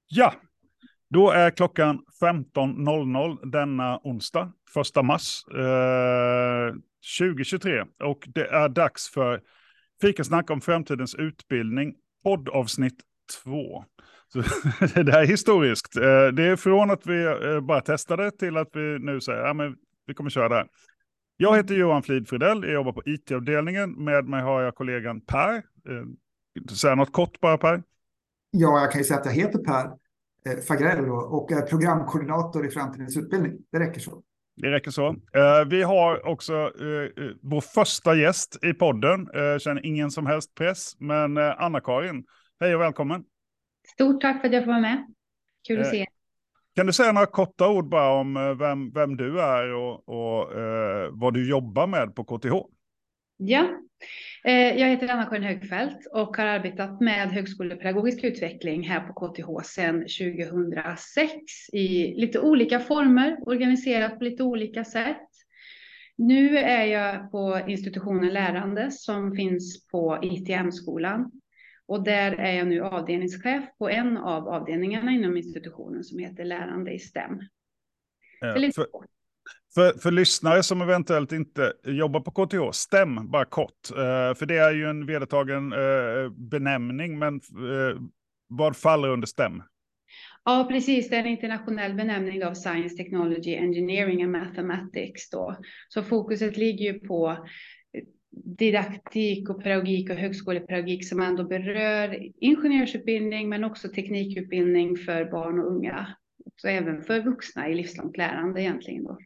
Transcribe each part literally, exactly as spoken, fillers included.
Ja, då är klockan femton noll noll denna onsdag, första mars eh, tjugohundratjugotre. Och det är dags för fikasnack om framtidens utbildning, poddavsnitt två. Så det här är historiskt. Eh, det är från att vi eh, bara testade till att vi nu säger ja, men vi kommer köra det här. Jag heter Johan Flidfridell, jag jobbar på I T-avdelningen. Med mig har jag kollegan Per. Eh, säga något kort bara, Per. Ja, jag kan ju säga att jag heter Per eh, Fagrell då, och är programkoordinator i framtidens utbildning. Det räcker så. Det räcker så. Uh, vi har också uh, vår första gäst i podden. Uh, känner ingen som helst press, men uh, Anna-Karin, hej och välkommen. Stort tack för att jag får vara med. Kul att Uh, se. Kan du säga några korta ord bara om uh, vem, vem du är och, och uh, vad du jobbar med på K T H? Ja, eh, jag heter Anna-Karin Högfeldt och har arbetat med högskolepedagogisk utveckling här på K T H sedan tjugohundrasex i lite olika former, organiserat på lite olika sätt. Nu är jag på institutionen Lärande som finns på I T M-skolan. Och där är jag nu avdelningschef på en av avdelningarna inom institutionen som heter Lärande i STEM. Uh, för, för, för lyssnare som eventuellt inte jobbar på K T H, STEM bara kort. Uh, för det är ju en vedertagen uh, benämning, men uh, vad faller under STEM? Ja, precis. Det är en internationell benämning av Science, Technology, Engineering and Mathematics då. Så fokuset ligger ju på didaktik och pedagogik och högskolepedagogik som ändå berör ingenjörsutbildning men också teknikutbildning för barn och unga. Så även för vuxna i livslångt lärande egentligen då.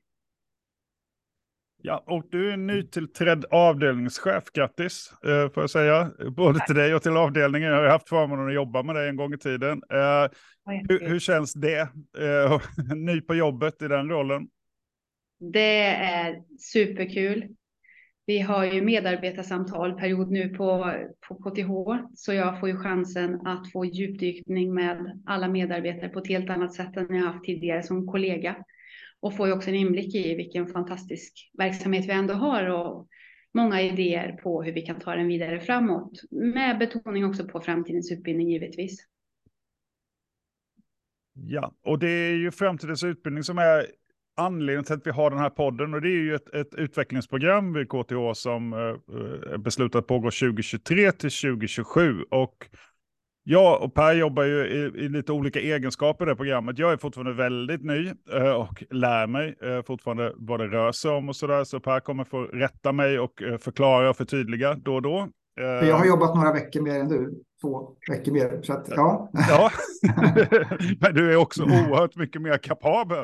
Ja, och du är nytillträdd avdelningschef, grattis eh, får jag säga. Både Tack. Till dig och till avdelningen. Jag har haft förmånen att jobba med dig en gång i tiden. Eh, hur, hur känns det? Eh, ny på jobbet i den rollen? Det är superkul. Vi har ju medarbetarsamtal period nu på, på K T H. Så jag får ju chansen att få djupdykning med alla medarbetare på ett helt annat sätt än jag haft tidigare som kollega. Och får ju också en inblick i vilken fantastisk verksamhet vi ändå har och många idéer på hur vi kan ta den vidare framåt. Med betoning också på framtidens utbildning givetvis. Ja, och det är ju framtidens utbildning som är anledningen till att vi har den här podden. Och det är ju ett, ett utvecklingsprogram vid K T H som eh, beslutat pågå tjugohundratjugotre till tjugohundratjugosju. Och jag och Per jobbar ju i, i lite olika egenskaper i det programmet. Jag är fortfarande väldigt ny eh, och lär mig eh, fortfarande vad det rör sig om och sådär. Så Per kommer få rätta mig och eh, förklara och förtydliga då och då. Eh, jag har jobbat några veckor mer än du. Två veckor mer. Så att, ja. ja. Men du är också oerhört mycket mer kapabel.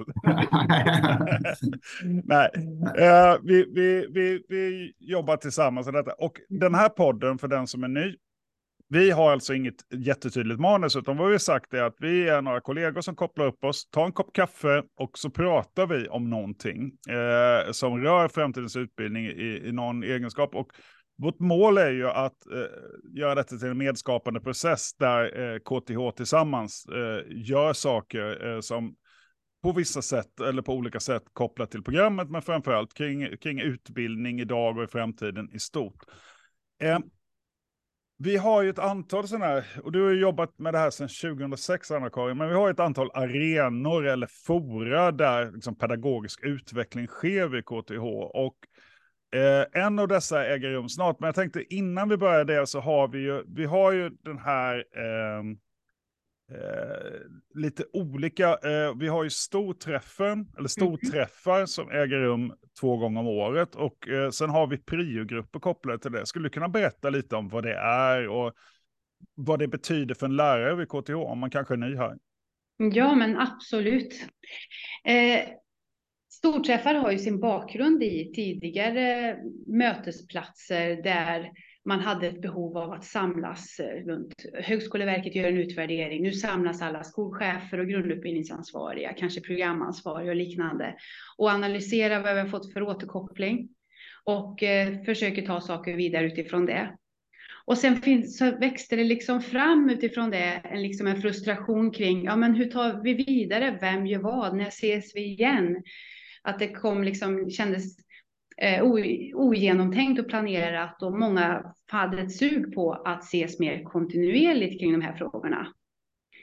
Nej, eh, vi, vi, vi, vi jobbar tillsammans med detta. Och den här podden, för den som är ny, vi har alltså inget jättetydligt manus, utan vad vi har sagt är att vi är några kollegor som kopplar upp oss, tar en kopp kaffe och så pratar vi om någonting eh, som rör framtidens utbildning i, i någon egenskap. Och vårt mål är ju att eh, göra detta till en medskapande process där eh, K T H tillsammans eh, gör saker eh, som på vissa sätt eller på olika sätt kopplat till programmet, men framförallt kring, kring utbildning idag och i framtiden i stort. Eh, Vi har ju ett antal sådana här, och du har ju jobbat med det här sedan tjugohundrasex, Anna-Karin, men vi har ett antal arenor eller fora där liksom pedagogisk utveckling sker vid K T H. Och eh, en av dessa äger rum snart, men jag tänkte innan vi börjar det så har vi ju, vi har ju den här eh, eh, lite olika, eh, vi har ju storträffen, eller storträffar som äger rum två gånger om året, och eh, sen har vi prio-grupper kopplade till det. Skulle du kunna berätta lite om vad det är och vad det betyder för en lärare vid K T H, om man kanske är ny här? Ja, men absolut. Eh, storträffar har ju sin bakgrund i tidigare mötesplatser där man hade ett behov av att samlas runt. Högskoleverket gör en utvärdering. Nu samlas alla skolchefer och grundutbildningsansvariga, kanske programansvariga och liknande, och analysera vad vi har fått för återkoppling och eh, försöker ta saker vidare utifrån det. Och sen finns, så växte det liksom fram utifrån det en, liksom en frustration kring, ja men hur tar vi vidare? Vem gör vad? När ses vi igen? Att det kom liksom, kändes eh, ogenomtänkt och planerat, och många hade ett sug på att ses mer kontinuerligt kring de här frågorna.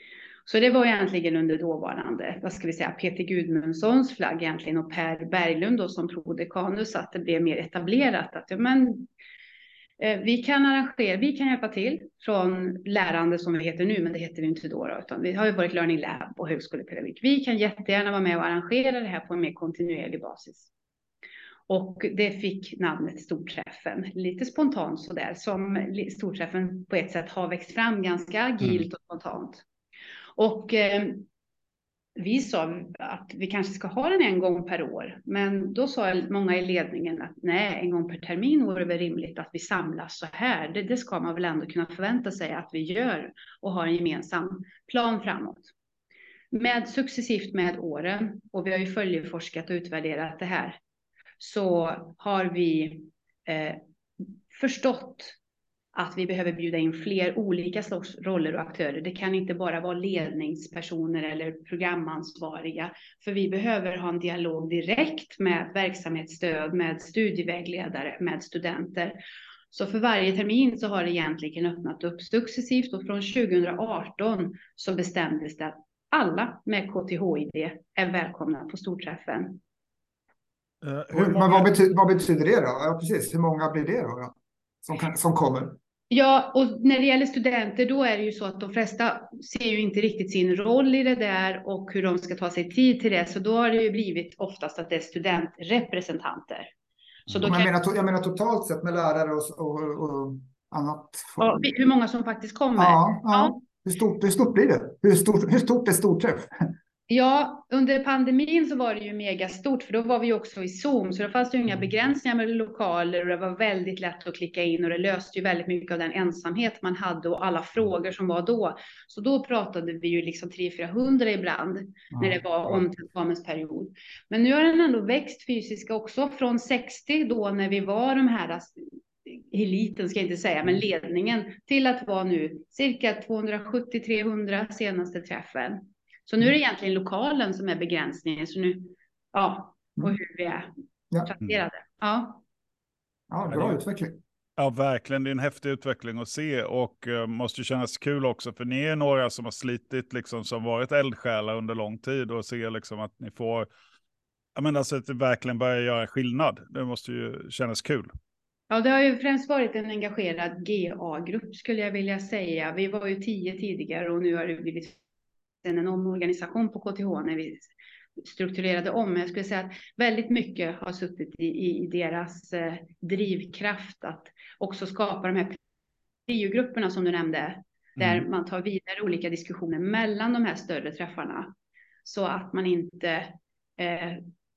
Så det var egentligen under dåvarande, vad ska vi säga, Peter Gudmundssons flagg egentligen och Per Berglund då, som prodekanus, att det blev mer etablerat att men, eh, vi kan arrangera, vi kan hjälpa till från lärande som vi heter nu, men det heter vi inte då, då utan vi har ju varit Learning Lab och högskolepedagogik. Vi kan jättegärna vara med och arrangera det här på en mer kontinuerlig basis. Och det fick namnet Storträffen, lite spontant sådär, som Storträffen på ett sätt har växt fram ganska agilt och spontant. Och eh, vi sa att vi kanske ska ha den en gång per år, men då sa många i ledningen att nej, en gång per termin vore det väl rimligt att vi samlas så här. Det, det ska man väl ändå kunna förvänta sig att vi gör och har en gemensam plan framåt. Med successivt med åren, och vi har ju följeforskat och utvärderat det här, så har vi eh, förstått att vi behöver bjuda in fler olika sorts roller och aktörer. Det kan inte bara vara ledningspersoner eller programansvariga, för vi behöver ha en dialog direkt med verksamhetsstöd, med studievägledare, med studenter. Så för varje termin så har det egentligen öppnat upp successivt, och från tjugo arton så bestämdes det att alla med K T H-idé är välkomna på Storträffen. Uh, hur många... Men vad betyder, vad betyder det då? Ja, precis. Hur många blir det då? Som, kan, som kommer? Ja, och när det gäller studenter då är det ju så att de flesta ser ju inte riktigt sin roll i det där och hur de ska ta sig tid till det. Så då har det ju blivit oftast att det är studentrepresentanter. Så då jag, kan... menar, jag menar totalt sett med lärare och, och, och annat. Ja, hur många som faktiskt kommer. Ja, ja. ja. Hur, stort, hur stort blir det? Hur stort, hur stort är Storträff? Ja, under pandemin så var det ju megastort, för då var vi också i Zoom, så då fanns det ju inga begränsningar med lokaler och det var väldigt lätt att klicka in och det löste ju väldigt mycket av den ensamhet man hade och alla frågor som var då. Så då pratade vi ju liksom tre till fyrahundra ibland ja, när det var omtentaменsperiod. Men nu har den ändå växt fysiska också från sextio då när vi var de här eliten ska jag inte säga, men ledningen, till att vara nu cirka tvåhundrasjuttio till trehundra senaste träffen. Så nu är det egentligen lokalen som är begränsningen. Så nu, ja, och hur vi är placerade. Ja. Ja, bra utveckling. Ja, verkligen. Det är en häftig utveckling att se och uh, måste ju kännas kul också. För ni är några som har slitit, liksom, som varit eldsjälar under lång tid och ser liksom att ni får, jag menar, alltså att det verkligen börjar göra skillnad. Det måste ju kännas kul. Ja, det har ju främst varit en engagerad G A-grupp skulle jag vilja säga. Vi var ju tio tidigare och nu har det blivit en omorganisation på K T H när vi strukturerade om. Men jag skulle säga att väldigt mycket har suttit i, i deras eh, drivkraft att också skapa de här priogrupperna som du nämnde. Mm. Där man tar vidare olika diskussioner mellan de här större träffarna. Så att man inte eh,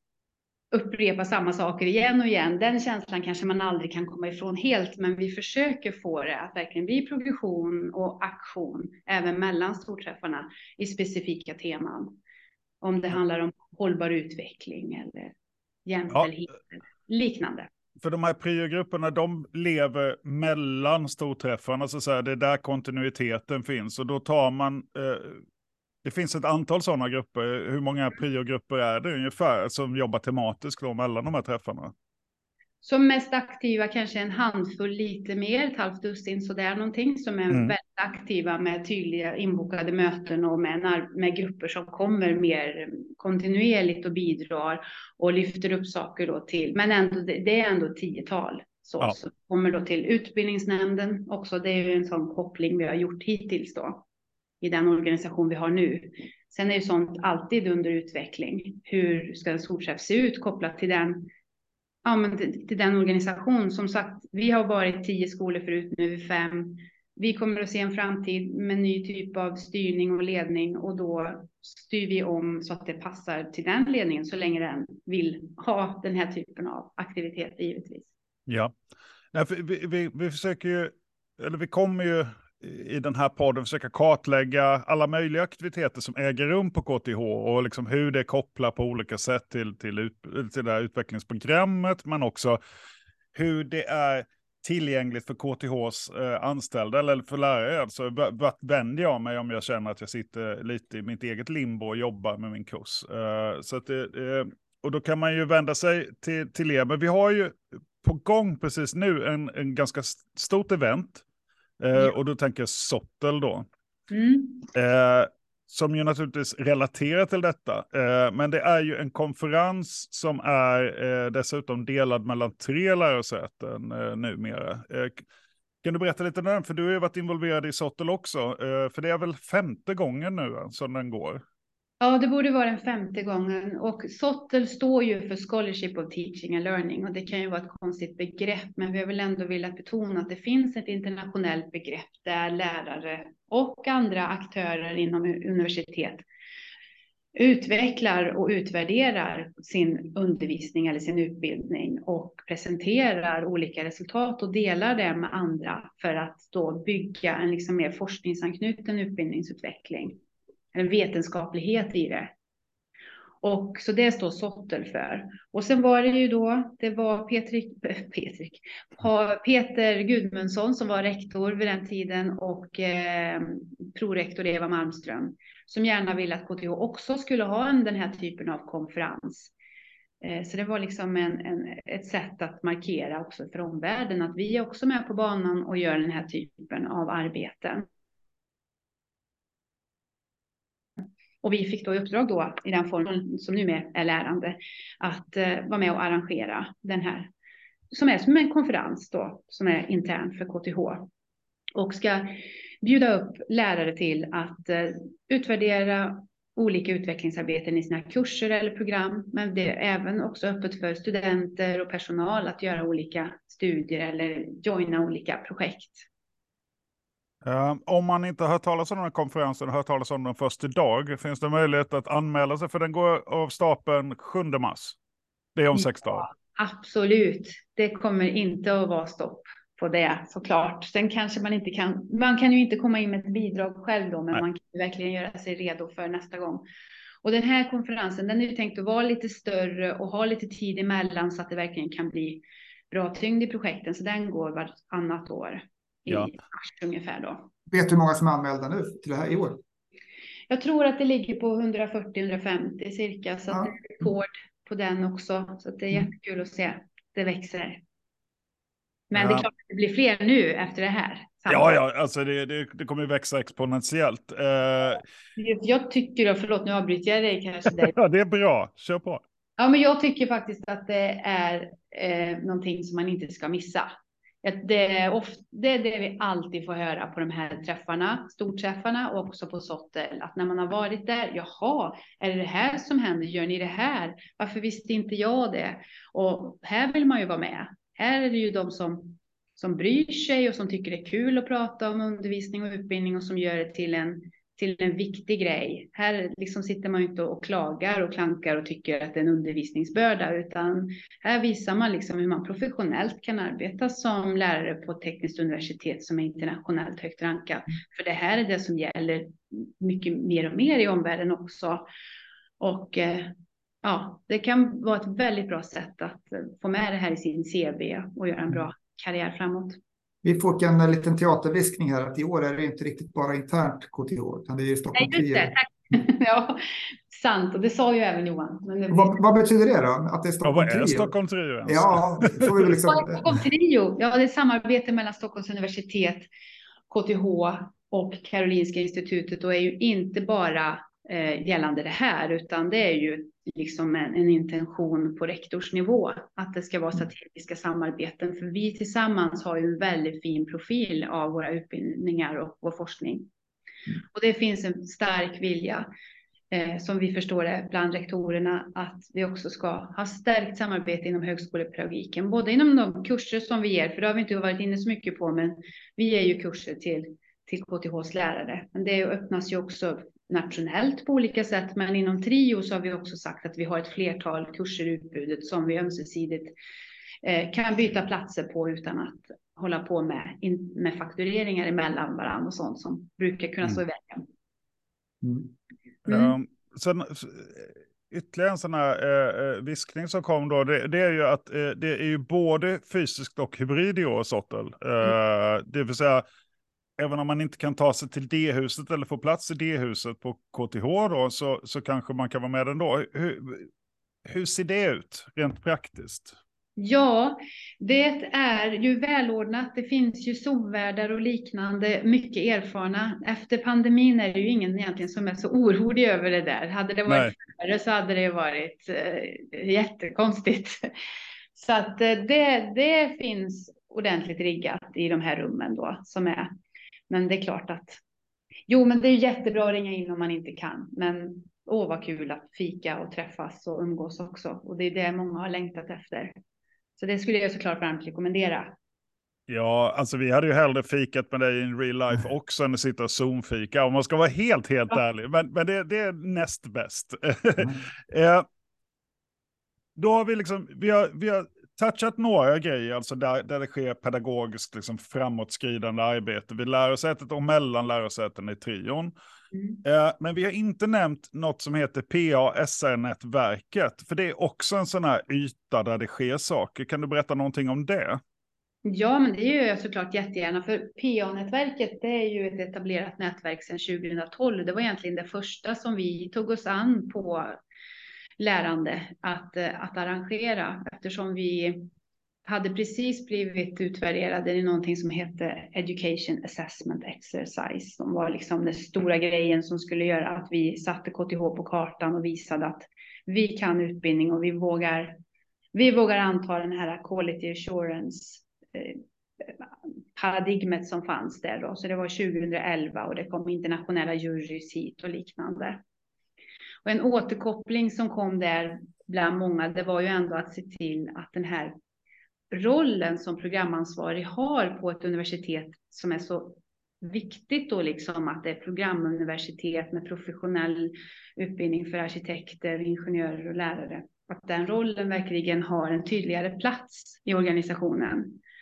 upprepar samma saker igen och igen. Den känslan kanske man aldrig kan komma ifrån helt. Men vi försöker få det att verkligen bli progression och aktion även mellan storträffarna i specifika teman. Om det handlar om hållbar utveckling eller jämställdhet ja. eller liknande. För de här priogrupperna, de lever mellan storträffarna, så att säga. Det är där kontinuiteten finns. Och då tar man... Eh, det finns ett antal sådana grupper. Hur många priogrupper är det ungefär som jobbar tematiskt då mellan de här träffarna? Som mest aktiva kanske en handfull, lite mer, ett halvt dussin sådär någonting, som är mm. väldigt aktiva med tydliga inbokade möten och med, med grupper som kommer mer kontinuerligt och bidrar och lyfter upp saker då till. Men ändå, det är ändå tiotal. Så, ja. så kommer då till utbildningsnämnden också. Det är ju en sån koppling vi har gjort hittills då i den organisation vi har nu. Sen är ju sånt alltid under utveckling. Hur ska en storträff se ut kopplat till den, ja, men till, till den organisation? Som sagt, vi har varit tio skolor förut, nu är vi fem. Vi kommer att se en framtid med ny typ av styrning och ledning, och då styr vi om så att det passar till den ledningen så länge den vill ha den här typen av aktivitet givetvis. Ja, vi, vi, vi försöker ju, eller vi kommer ju i den här podden försöka kartlägga alla möjliga aktiviteter som äger rum på K T H och liksom hur det kopplar på olika sätt till, till, ut, till det här utvecklingsprogrammet, men också hur det är tillgängligt för K T Hs eh, anställda eller för lärare. Alltså, vart vänder jag mig om jag känner att jag sitter lite i mitt eget limbo och jobbar med min kurs? Uh, så att det, uh, och då kan man ju vända sig till, till er. Men vi har ju på gång precis nu en, en ganska stort event. Uh, ja. Och då tänker jag Sottel då. Mm. Uh, som ju naturligtvis relaterar till detta. Eh, men det är ju en konferens som är eh, dessutom delad mellan tre lärosäten eh, numera. Eh, kan du berätta lite om den? För du har ju varit involverad i Sottel också. Eh, för det är väl femte gången nu som den går. Ja, det borde vara den femte gången. Och Sottel står ju för Scholarship of Teaching and Learning. Och det kan ju vara ett konstigt begrepp, men vi har väl ändå velat betona att det finns ett internationellt begrepp där lärare och andra aktörer inom universitet utvecklar och utvärderar sin undervisning eller sin utbildning och presenterar olika resultat och delar det med andra för att då bygga en liksom mer forskningsanknuten utbildningsutveckling. En vetenskaplighet i det. Och så det står Sottel för. Och sen var det ju då, det var Petrik, Petrik, Peter Gudmundsson som var rektor vid den tiden och eh, prorektor Eva Malmström som gärna ville att K T H också skulle ha en, den här typen av konferens. Eh, så det var liksom en, en, ett sätt att markera också för omvärlden att vi är också med på banan och gör den här typen av arbeten. Och vi fick då i uppdrag då, i den formen som nu är lärande, att eh, vara med och arrangera den här, som är som en konferens då, som är intern för K T H. Och ska bjuda upp lärare till att eh, utvärdera olika utvecklingsarbeten i sina kurser eller program. Men det är även också öppet för studenter och personal att göra olika studier eller joina olika projekt. Uh, om man inte har hört talas om den här konferensen och hört talas om den först idag, finns det möjlighet att anmäla sig för den går av stapeln sjunde mars. Det är om sex ja, dagar. Absolut. Det kommer inte att vara stopp på det såklart. Sen kanske man inte kan, man kan ju inte komma in med ett bidrag själv då, men Nej. Man kan verkligen göra sig redo för nästa gång. Och den här konferensen, den är ju tänkt att vara lite större och ha lite tid emellan så att det verkligen kan bli bra tyngd i projekten. Så den går varannat år. I ja. mars ungefär då. Vet du hur många som är anmälda nu till det här i år? Jag tror att det ligger på hundrafyrtio till hundrafemtio cirka. Så ja. Att det är rekord på den också. Så att det är jättekul att se. Det växer. Men ja. Det är klart att det blir fler nu efter det här. Ja, ja, alltså det, det, det kommer ju växa exponentiellt. Uh... Jag tycker, förlåt nu avbryter jag dig kanske. Dig. Ja, det är bra. Kör på. Ja, men jag tycker faktiskt att det är eh, någonting som man inte ska missa. Det är, ofta, det är det vi alltid får höra på de här träffarna, storträffarna och också på Sottel. Att när man har varit där, jaha, är det det här som händer? Gör ni det här? Varför visste inte jag det? Och här vill man ju vara med. Här är det ju de som, som bryr sig och som tycker det är kul att prata om undervisning och utbildning och som gör det till en, till en viktig grej. Här liksom sitter man ju inte och klagar och klankar och tycker att det är en undervisningsbörda, utan här visar man liksom hur man professionellt kan arbeta som lärare på ett tekniskt universitet som är internationellt högt rankat. För det här är det som gäller mycket mer och mer i omvärlden också. Och eh, ja, det kan vara ett väldigt bra sätt att få med det här i sin C V och göra en bra karriär framåt. Vi får en liten teaterviskning här att i år är det inte riktigt bara internt K T H, utan det är Stockholm Nej, just det, tack. Ja, sant. Och det sa ju även Johan. Men det... vad, vad betyder det då? Att det är Stockholm ja, vad är Stockholm Trio ens? Ja, får vi liksom... Stockholm Trio, ja, det är samarbete mellan Stockholms universitet, K T H och Karolinska institutet och är ju inte bara eh, gällande det här, utan det är ju liksom en, en intention på rektorsnivå att det ska vara strategiska samarbeten, för vi tillsammans har ju en väldigt fin profil av våra utbildningar och vår forskning. Mm. Och det finns en stark vilja eh, som vi förstår det bland rektorerna att vi också ska ha stärkt samarbete inom högskolepedagogiken, både inom de kurser som vi ger, för det har vi inte varit inne så mycket på, men vi ger ju kurser till, till K T H:s lärare, men det öppnas ju också nationellt på olika sätt, men inom Trio så har vi också sagt att vi har ett flertal kurser i utbudet som vi ömsesidigt eh, kan byta platser på utan att hålla på med, in, med faktureringar emellan varandra och sånt som brukar kunna stå i vägen. Mm. Mm. Um, sen, ytterligare en sån här eh, viskning som kom då, det, det är ju att eh, det är ju både fysiskt och hybrid i år, Sottel. Eh, mm. Det vill säga, även om man inte kan ta sig till D-huset eller få plats i D-huset på K T H då, så, så kanske man kan vara med ändå. Hur, hur ser det ut rent praktiskt? Ja, det är ju välordnat. Det finns ju Zoom-värdar och liknande, mycket erfarna. Efter pandemin är det ju ingen egentligen som är så orolig över det där. Hade det varit färre så hade det varit eh, jättekonstigt. Så att eh, det, det finns ordentligt riggat i de här rummen då som är. Men det är klart att, jo men det är jättebra att ringa in om man inte kan. Men åh vad kul att fika och träffas och umgås också. Och det är det många har längtat efter. Så det skulle jag såklart varmt rekommendera. Ja, alltså vi hade ju hellre fikat med dig in real life också än att sitta och Zoom-fika. Om man ska vara helt, helt ja. ärlig. Men, men det, det är näst bäst. Mm. eh, då har vi liksom, vi har, vi har touchat några grejer, alltså där, där det sker pedagogiskt liksom framåtskridande arbete vid lärosätet och mellan lärosäten i trion. Mm. Eh, men vi har inte nämnt något som heter P A S R-nätverket, för det är också en sån här yta där det sker saker. Kan du berätta någonting om det? Ja, men det gör jag såklart jättegärna, för P A-nätverket det är ju ett etablerat nätverk sedan tjugohundratolv. Det var egentligen det första som vi tog oss an på lärande att, att arrangera, eftersom vi hade precis blivit utvärderade i någonting som hette Education Assessment Exercise, som var liksom den stora grejen som skulle göra att vi satte K T H på kartan och visade att vi kan utbildning och vi vågar, vi vågar anta den här quality assurance paradigmet som fanns där då. Så det var tjugohundraelva och det kom internationella jurys hit och liknande. Och en återkoppling som kom där bland många, det var ju ändå att se till att den här rollen som programansvarig har på ett universitet som är så viktigt då, liksom att det är programuniversitet med professionell utbildning för arkitekter, ingenjörer och lärare. Att den rollen verkligen har en tydligare plats i organisationen.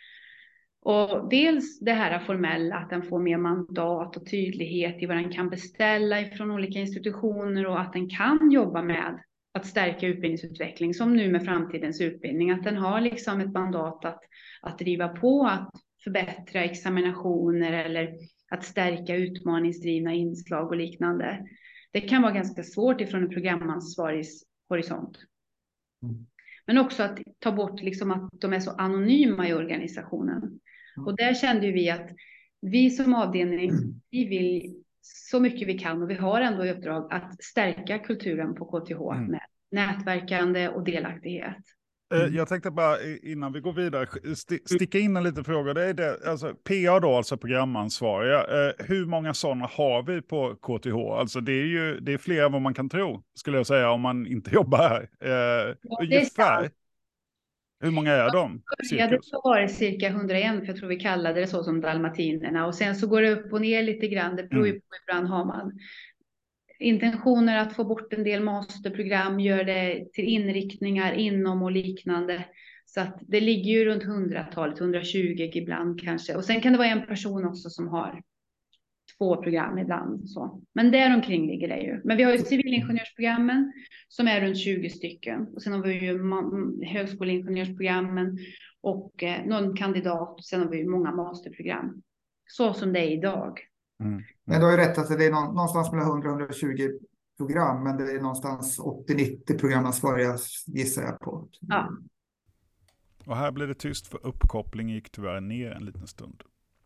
Och dels det här formella, att den får mer mandat och tydlighet i vad den kan beställa ifrån olika institutioner och att den kan jobba med att stärka utbildningsutveckling, som nu med framtidens utbildning, att den har liksom ett mandat att, att driva på, att förbättra examinationer eller att stärka utmaningsdrivna inslag och liknande. Det kan vara ganska svårt ifrån en programansvarigs horisont. Mm. Men också att ta bort liksom att de är så anonyma i organisationen. Mm. Och där kände vi att vi som avdelning, vi vill så mycket vi kan och vi har ändå i uppdrag att stärka kulturen på K T H mm. med nätverkande och delaktighet. Mm. Jag tänkte bara innan vi går vidare st- sticka in en liten fråga. Det är det, alltså P A då, alltså programansvariga. Eh, hur många sådana har vi på K T H? Alltså det är ju det är fler än vad man kan tro, skulle jag säga, om man inte jobbar här. Eh, ja, ungefär. Hur många är de? Ja, det var det cirka hundraen, för jag tror vi kallade det så som dalmatinerna. Och sen så går det upp och ner lite grann. Det beror ju på, ibland har man intentioner att få bort en del masterprogram, gör det till inriktningar inom och liknande. Så att det ligger ju runt hundratalet, hundratjugo ibland kanske. Och sen kan det vara en person också som har två program ibland. Så. Men där omkring ligger det ju. Men vi har ju civilingenjörsprogrammen som är runt tjugo stycken. Och sen har vi ju högskoleingenjörsprogrammen och eh, någon kandidat. Och sen har vi ju många masterprogram. Så som det är idag. Mm. Mm. Men du har ju rätt, alltså det är någonstans mellan hundra och hundratjugo program, men det är någonstans åttio nittio programansvariga gissar jag på. Ja. Och här blev det tyst, för uppkoppling gick tyvärr ner en liten stund.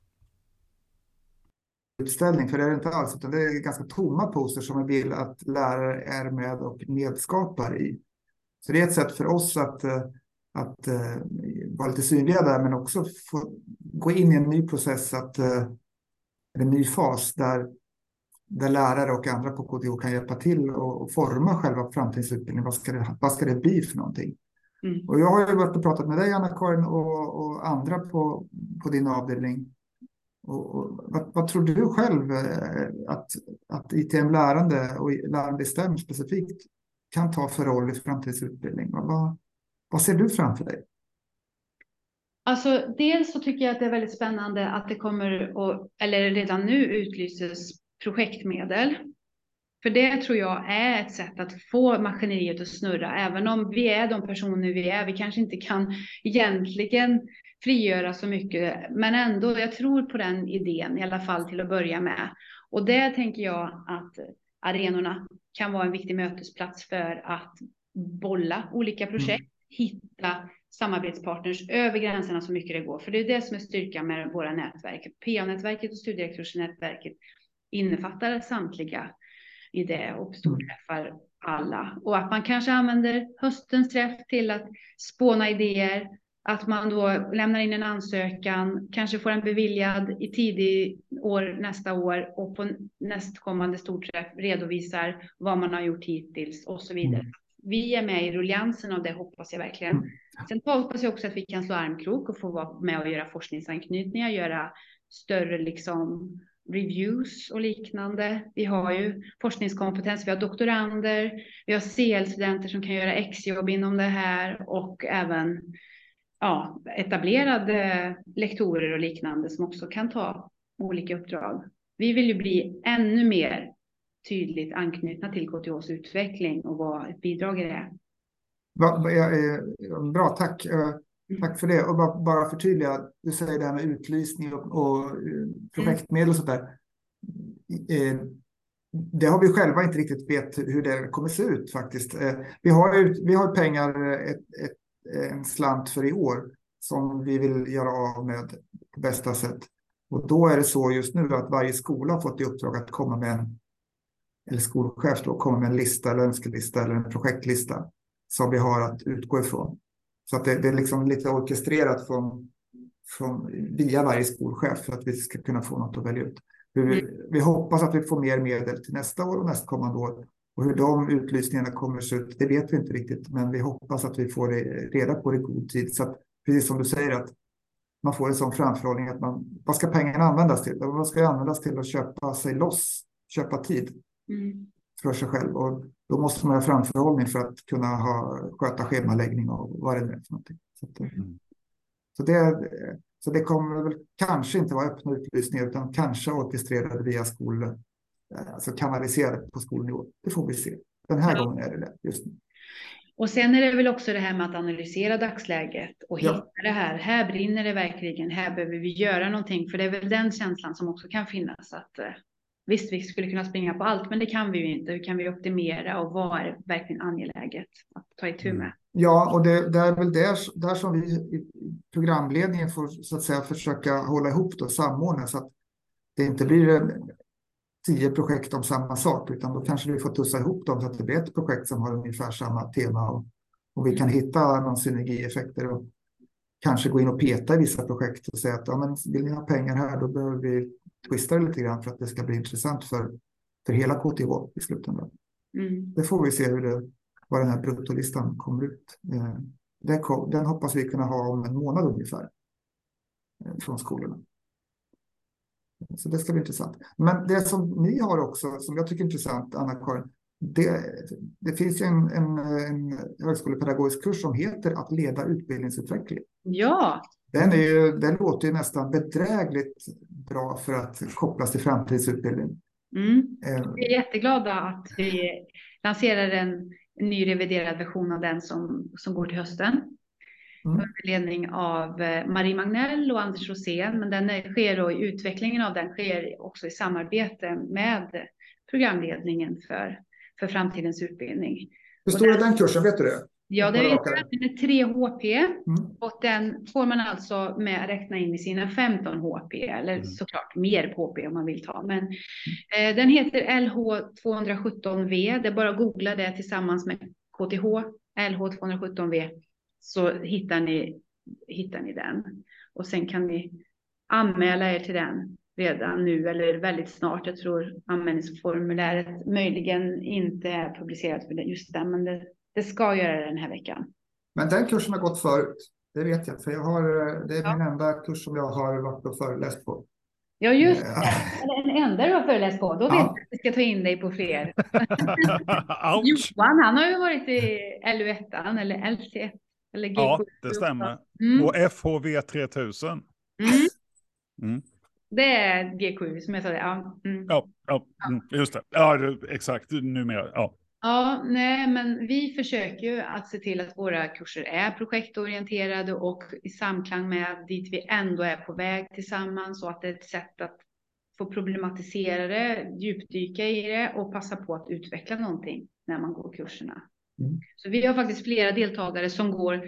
Utställning, för det är det inte alls, utan det är ganska tomma poster som vi vill att lärare är med och medskapar i. Så det är ett sätt för oss att, att uh, vara lite synliga där, men också få gå in i en ny process, att uh, en ny fas där, där lärare och andra på K T H kan hjälpa till och, och forma själva framtidsutbildningen. Vad ska det, vad ska det bli för någonting? Mm. Och jag har ju varit och pratat med dig, Anna-Karin, och, och andra på, på din avdelning. Och, och, vad, vad tror du själv att, att I T M-lärande och lärande i STEM specifikt kan ta för roll i framtidsutbildning? Vad, vad, vad ser du framför dig? Alltså, dels så tycker jag att det är väldigt spännande att det kommer, och, eller redan nu utlyses projektmedel. För det tror jag är ett sätt att få maskineriet att snurra. Även om vi är de personer vi är. Vi kanske inte kan egentligen frigöra så mycket. Men ändå, jag tror på den idén i alla fall till att börja med. Och där tänker jag att arenorna kan vara en viktig mötesplats för att bolla olika projekt. Mm. Hitta samarbetspartners över gränserna så mycket det går. För det är det som är styrkan med våra nätverk. P A-nätverket och studiekursen-nätverket innefattar samtliga i det och storträffar alla. Och att man kanske använder höstens träff till att spåna idéer. Att man då lämnar in en ansökan, kanske får en beviljad i tidig år nästa år och på nästkommande storträff redovisar vad man har gjort hittills och så vidare. Mm. Vi är med i rulliansen och det hoppas jag verkligen. Mm. Sen hoppas jag också att vi kan slå armkrok och få vara med och göra forskningsanknytningar, göra större liksom reviews och liknande. Vi har ju forskningskompetens, vi har doktorander, vi har C L-studenter som kan göra exjobb inom det här och även ja, etablerade lektorer och liknande som också kan ta olika uppdrag. Vi vill ju bli ännu mer tydligt anknutna till K T H:s utveckling och vad ett bidrag är det. Bra, tack. Tack för det. Och bara, bara förtydliga, du säger det här med utlysning och, och projektmedel och sånt där. Det har vi själva inte riktigt vet hur det kommer se ut faktiskt. Vi har, ju, vi har pengar, ett, ett en slant för i år som vi vill göra av med på bästa sätt. Och då är det så just nu att varje skola har fått i uppdrag att komma med en, eller skolchef då, komma med en lista eller önskelista eller en projektlista som vi har att utgå ifrån. Så att det, det är liksom lite orkestrerat från, från, via varje skolchef för att vi ska kunna få något att välja ut. Vi, vi hoppas att vi får mer medel till nästa år och nästkommande år. Och hur de utlysningarna kommer se ut, det vet vi inte riktigt. Men vi hoppas att vi får reda på det i god tid. Så att, precis som du säger, att man får en sån framförhållning att man, vad ska pengarna användas till? Vad ska användas till att köpa sig loss, köpa tid mm. för sig själv. Och då måste man ha framförhållning för att kunna ha, sköta schemaläggning och vad det är för någonting. Så, att, mm. så, det, så det kommer väl kanske inte vara öppna utlysningar utan kanske orkestrerade via skolor. Alltså kanaliserat på skolnivå. Det får vi se. Den här ja. gången är det just nu. Och sen är det väl också det här med att analysera dagsläget och hitta ja. det här. Här brinner det verkligen. Här behöver vi göra någonting. För det är väl den känslan som också kan finnas. Att eh, visst, vi skulle kunna springa på allt, men det kan vi ju inte. Hur kan vi optimera och vad är verkligen angeläget att ta itu med? Ja, och det, det är väl där, där som vi i programledningen får så att säga försöka hålla ihop och samordna så att det inte blir en tio projekt om samma sak, utan då kanske vi får tussa ihop dem så att det blir ett projekt som har ungefär samma tema och, och vi kan hitta någon synergieffekter och kanske gå in och peta i vissa projekt och säga att ja, men vill ni ha pengar här, då behöver vi twista det lite grann för att det ska bli intressant för, för hela K T H i slutändan. Mm. Det får vi se hur det, vad den här bruttolistan kommer ut. Eh, den, den hoppas vi kunna ha om en månad ungefär eh, från skolorna. Så det ska bli intressant. Men det som ni har också, som jag tycker är intressant, Anna-Karin, det, det finns ju en, en, en högskolepedagogisk kurs som heter att leda utbildningsutveckling. Ja. Den, är ju, den låter ju nästan bedrägligt bra för att kopplas till framtidsutbildning. Mm. Vi är jätteglada att vi lanserar en, en ny reviderad version av den som, som går till hösten. Mm. Under ledning av Marie Magnell och Anders Rosén, men den är, sker då, utvecklingen av den sker också i samarbete med programledningen för, för framtidens utbildning. Hur stor är den kursen, vet du det? Ja, det är, är tre H P mm. och den får man alltså med räkna in i sina femton H P eller mm. såklart mer på H P om man vill ta. Men eh, den heter L H tvåhundrasjutton V. Det är bara att googla det tillsammans med K T H L H tvåhundrasjutton V. Så hittar ni, hittar ni den. Och sen kan ni anmäla er till den redan nu eller väldigt snart. Jag tror anmälningsformuläret möjligen inte är publicerat för just den, men det, det ska göra det den här veckan. Men den kursen har gått förut, det vet jag. För jag har, det är ja. min enda kurs som jag har varit och föreläst på. Ja, just det. Den enda du har föreläst på. Då vet ja. jag att vi ska ta in dig på fler. Johan, han har ju varit i L U ett eller L C ett. Eller G K U. Ja, det stämmer. Mm. Och F H V tre tusen. Mm. Mm. Det är G K U som jag sa det. Ja, mm. ja, ja, ja. Just det. Ja, exakt. Numera. Ja. Ja, nej, men vi försöker ju att se till att våra kurser är projektorienterade och i samklang med dit vi ändå är på väg tillsammans, så att det är ett sätt att få problematisera det, djupdyka i det och passa på att utveckla någonting när man går kurserna. Mm. Så vi har faktiskt flera deltagare som går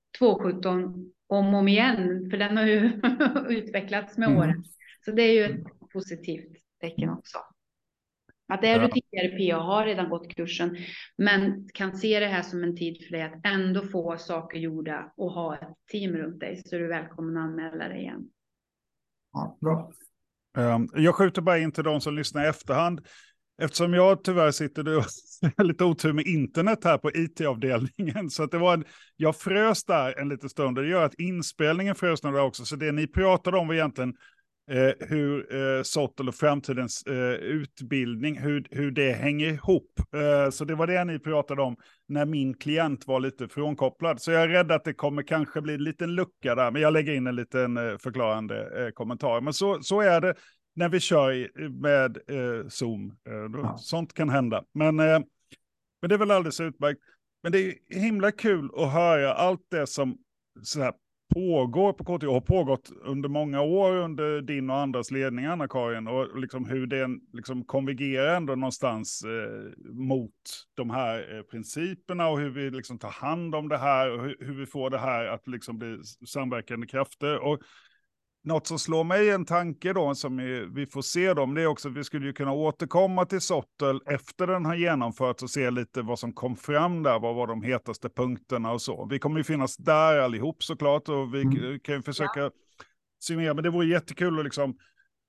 två sjutton om och om igen, för den har ju utvecklats med Mm. åren. Så det är ju ett positivt tecken också. Att är du tidigare P A, har redan gått kursen, men kan se det här som en tid för dig att ändå få saker gjorda och ha ett team runt dig, så är du välkommen att anmäla dig igen. Ja, bra. Um, jag skjuter bara in till de som lyssnar i efterhand. Eftersom jag tyvärr sitter då lite otur med internet här på I T-avdelningen. Så att det var en, jag frös där en liten stund. Det gör att inspelningen frös där också. Så det ni pratade om var egentligen eh, hur eh, S O T L och framtidens eh, utbildning, hur, hur det hänger ihop. Eh, så det var det ni pratade om när min klient var lite frånkopplad. Så jag är rädd att det kommer kanske bli en liten lucka där. Men jag lägger in en liten eh, förklarande eh, kommentar. Men så, så är det. När vi kör med eh, Zoom. Eh, då, Ja. Sånt kan hända. Men, eh, men det är väl alldeles utmärkt. Men det är himla kul att höra allt det som så här, pågår på K T H. Har pågått under många år under din och andras ledning, Anna-Karin. Och liksom hur det liksom konvergerar ändå någonstans eh, mot de här eh, principerna. Och hur vi liksom tar hand om det här. Och hur, hur vi får det här att liksom bli samverkande krafter. Och något som slår mig en tanke då, som vi får se dem, det är också att vi skulle ju kunna återkomma till S O T L efter den har genomförts och se lite vad som kom fram där, vad var de hetaste punkterna och så. Vi kommer ju finnas där allihop såklart, och vi mm. kan ju försöka ja. summera, men det vore jättekul att liksom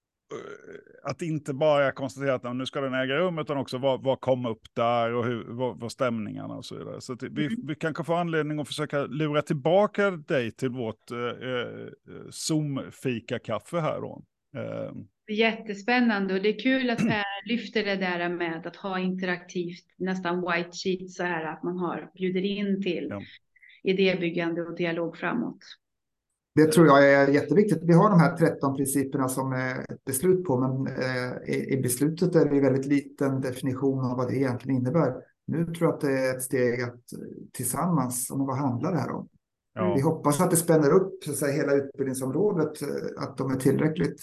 att inte bara konstatera att nu ska den äga rum, utan också vad, vad kom upp där och hur, vad, vad stämningarna och så vidare. Så att vi, mm. vi kanske får anledning att försöka lura tillbaka dig till vårt eh, Zoom-fika-kaffe här då. Eh. Jättespännande, och det är kul att Per lyfter det där med att ha interaktivt, nästan white sheet så här, att man har bjuder in till ja. idébyggande och dialog framåt. Det tror jag är jätteviktigt. Vi har de här tretton principerna som är ett beslut på, men eh, i, i beslutet är det en väldigt liten definition av vad det egentligen innebär. Nu tror jag att det är ett steg att tillsammans, om vad handlar det här om? Ja. Vi hoppas att det spänner upp så att säga, hela utbildningsområdet, att de är tillräckligt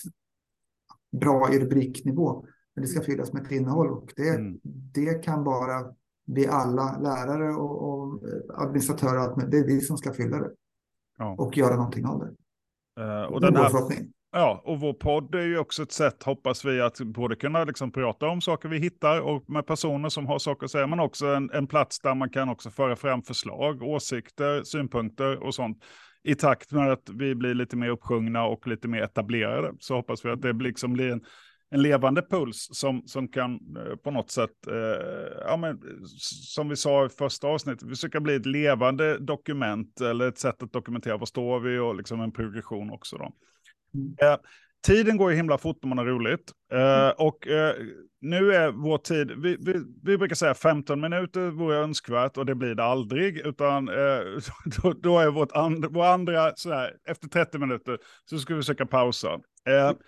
bra i rubriknivå. Men det ska fyllas med ett innehåll, och det, mm. det kan bara vi alla lärare och, och administratörer, det är vi som ska fylla det. Ja. Och göra någonting av det. Uh, och den här, ja, och vår podd är ju också ett sätt, hoppas vi, att både kunna liksom prata om saker vi hittar och med personer som har saker att säga, men också en, en plats där man kan också föra fram förslag, åsikter, synpunkter och sånt. I takt med att vi blir lite mer uppsjungna och lite mer etablerade, så hoppas vi att det liksom blir en En levande puls som, som kan eh, på något sätt, eh, ja, men, som vi sa i första avsnittet, försöka bli ett levande dokument eller ett sätt att dokumentera vad står vi, och liksom en progression också då. Mm. Eh, tiden går ju himla fort när man har roligt. Eh, mm. Och eh, nu är vår tid, vi, vi, vi brukar säga femton minuter vore önskvärt, och det blir det aldrig, utan eh, då, då är vårt and, vår andra, sådär, efter trettio minuter så ska vi försöka pausa. Eh, mm.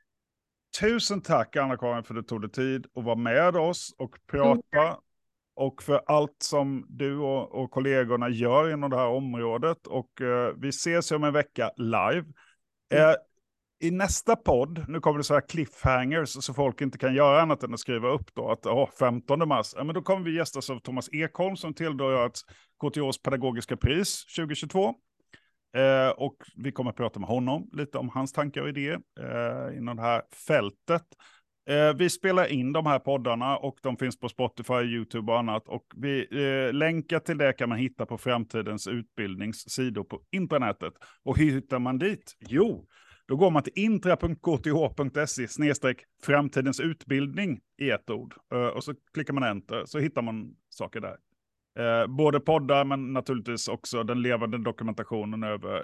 Tusen tack, Anna-Karin, för att du tog dig tid att vara med oss och prata. Mm. Och för allt som du och, och kollegorna gör inom det här området. Och eh, vi ses om en vecka live. Mm. Eh, I nästa podd, nu kommer det så här cliffhangers så folk inte kan göra annat än att skriva upp då att oh, femtonde mars. Ja, men då kommer vi gästas av Thomas Ekholm som tilldelar ett K T H:s pedagogiska pris tjugohundratjugotvå. Eh, och vi kommer att prata med honom lite om hans tankar och idéer eh, inom det här fältet. Eh, vi spelar in de här poddarna och de finns på Spotify, YouTube och annat. Och vi eh, länkar till det kan man hitta på Framtidens utbildningssidor på internetet. Och hur hittar man dit? Jo, då går man till intra punkt k t h punkt se snedstreck framtidens utbildning i ett ord. Eh, och så klickar man enter, så hittar man saker där. Eh, både poddar, men naturligtvis också den levande dokumentationen över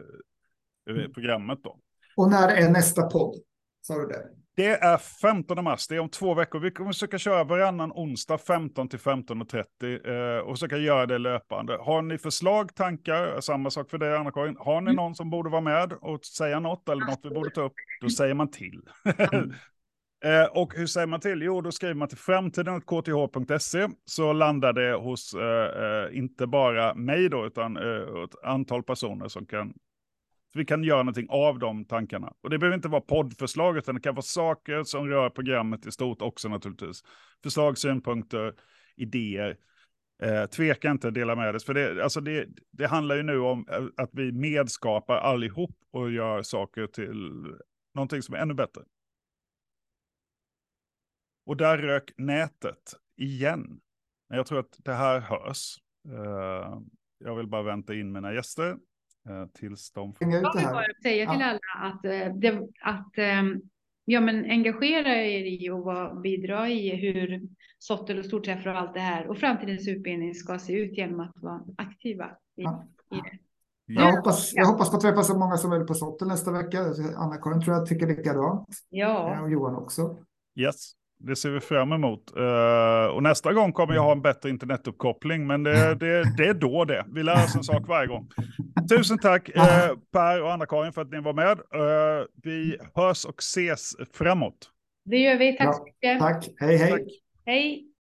eh, programmet då. Och när är nästa podd? Sa du det? Det är femtonde mars, det är om två veckor. Vi kommer försöka köra varannan onsdag femton till femton trettio eh, och försöka göra det löpande. Har ni förslag, tankar, samma sak för dig, Anna-Karin. Har ni någon som borde vara med och säga något eller något vi borde ta upp, då säger man till. Eh, och hur säger man till? Jo, då skriver man till framtiden punkt k t h punkt se, så landar det hos eh, eh, inte bara mig då, utan eh, ett antal personer som kan, så vi kan göra någonting av de tankarna. Och det behöver inte vara poddförslag, utan det kan vara saker som rör programmet i stort också naturligtvis. Förslag, synpunkter, idéer. Eh, tveka inte att dela med oss. För det, alltså det, det handlar ju nu om att vi medskapar allihop och gör saker till någonting som är ännu bättre. Och där rök nätet igen. Men jag tror att det här hörs. Uh, jag vill bara vänta in mina gäster uh, tills de får... Hänga ut det Jag vill här. bara säga till Ja. alla att, eh, det, att eh, ja, men engagera er i och vara, bidra i hur SOTTEL och storträffar och allt det här och framtidens utbildning ska se ut genom att vara aktiva i, Ja. i det. Jag hoppas, jag hoppas få träffa så många som vill på SOTTEL nästa vecka. Anna-Karin tror jag tycker likadant. Ja. Och Johan också. Yes, det ser vi fram emot. Uh, och nästa gång kommer jag ha en bättre internetuppkoppling, men det, det, det är då det. Vi lär oss en sak varje gång. Tusen tack uh, Per och Anna-Karin för att ni var med. Uh, vi hörs och ses framåt. Det gör vi. Tack Ja, så mycket. tack. Hej, hej. Tack. Hej.